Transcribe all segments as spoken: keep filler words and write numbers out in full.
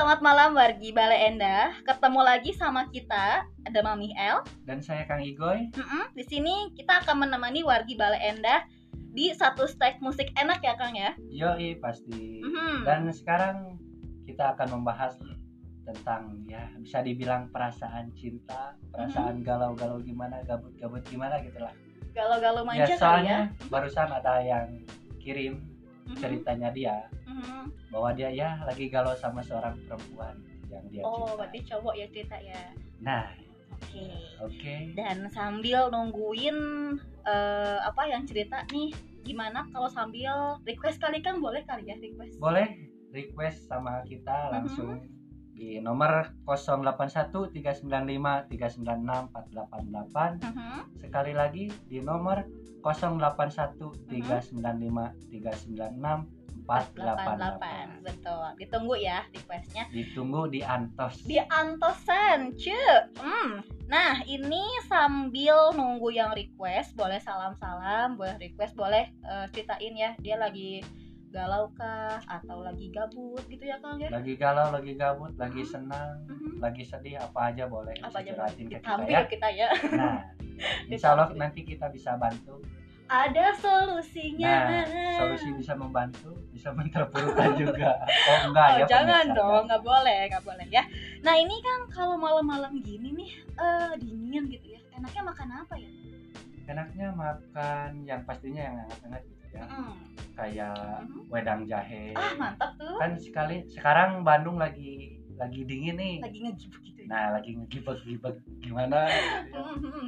selamat malam wargi Bale Endah. Ketemu lagi sama kita, ada Mami El dan saya Kang Igoy. Mm-mm. Di sini kita akan menemani wargi Bale Endah di satu stage musik enak ya Kang ya. Yoi pasti. Mm-hmm. Dan sekarang kita akan membahas tentang ya bisa dibilang perasaan cinta, perasaan mm-hmm. galau-galau gimana, gabut-gabut gimana gitulah. Galau-galau manja ya, kali soalnya ya. Barusan ada yang kirim mm-hmm. ceritanya dia mm-hmm. bahwa dia ya lagi galau sama seorang perempuan yang dia oh, cinta. Oh, berarti cowok ya cerita ya. Nah, oke. Okay. Oke. Okay. Dan sambil nungguin uh, apa yang cerita nih, gimana kalau sambil request kali kan boleh kali ya request? Boleh request sama kita langsung mm-hmm. di nomor nol delapan satu tiga sembilan lima tiga sembilan enam empat delapan delapan. Uh-huh. Sekali lagi di nomor nol delapan satu tiga sembilan lima tiga sembilan enam empat delapan delapan. Betul. Ditunggu ya requestnya. Ditunggu di Antos. Di Antosan, cuy. Hmm. Nah, ini sambil nunggu yang request, boleh salam-salam, boleh request, boleh uh, ceritain ya dia lagi galau kah atau lagi gabut gitu ya Kang ya? Lagi galau, lagi gabut, lagi senang, mm-hmm. lagi sedih, apa aja boleh apa aja curatin ke kita ya. kita ya. Nah, insya Allah nanti kita bisa bantu. Ada solusinya. Nah, solusi bisa membantu, bisa menterpurukan juga. Oh enggak oh, ya. Jangan dong, nggak boleh, nggak boleh ya. Nah ini kan kalau malam-malam gini nih, uh, dingin gitu ya. Enaknya makan apa ya? Enaknya makan yang pastinya yang hangat-hangat gitu ya. Mm. Kayak mm-hmm. wedang jahe. Ah mantap tuh. Kan sekali sekarang Bandung lagi lagi dingin nih. Lagi ngegibek gitu. Ya? Nah lagi ngegibek-gibek gimana? Gitu ya. Mm-hmm.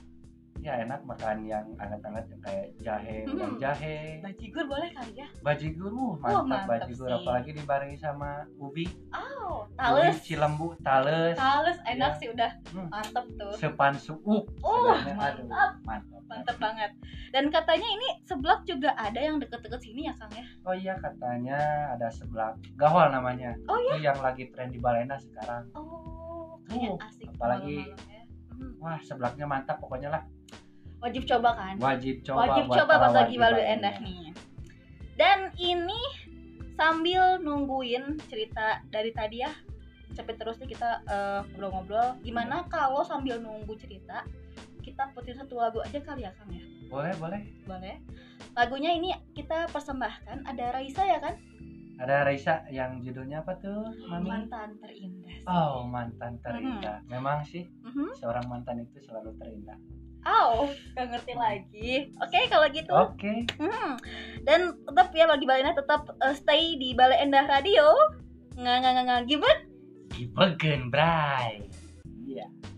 Ya enak makan yang hangat-hangat yang kayak jahe, hmm. wedang jahe. Bajigur boleh kali ya? Bajigur, uh, mantap, oh, mantap bajigur sih. Apalagi dibarengi sama ubi. Oh, tales. Ubi Cilembu, tales. Tales enak ya. Sih udah hmm. mantap tuh. Sepan suuk. Oh, mantap. Aduh, mantap. Mantap banget. Dan katanya ini seblak juga ada yang deket-deket sini ya Kang ya? Oh iya katanya ada seblak Gahol namanya. Oh iya? Itu yang lagi tren di Balena sekarang. Oh, kayak uh, asik. Apalagi ya. hmm. Wah seblaknya mantap pokoknya lah. Wajib coba kan? Wajib coba. Wajib coba buat lagi Bale Endah nih. Dan ini sambil nungguin cerita dari tadi ya, cepet terus nih kita uh, ngobrol-ngobrol. Gimana hmm. kalau sambil nunggu cerita kita putin satu lagu aja kali ya Kang ya? Boleh, boleh. Boleh. Lagunya ini kita persembahkan ada Raisa ya kan? Ada Raisa yang judulnya apa tuh, Mami? Mantan Terindah. Oh, Mantan Terindah. Mm-hmm. Memang sih, mm-hmm. seorang mantan itu selalu terindah. Oh, gak ngerti lagi. Oke, okay, kalau gitu. Oke. Okay. Hmm. Dan tetap ya bagi Bale Endah tetap uh, stay di Bale Endah Radio. Nggak nggak nggak gibet. Gibegen, bray. Iya. Yeah.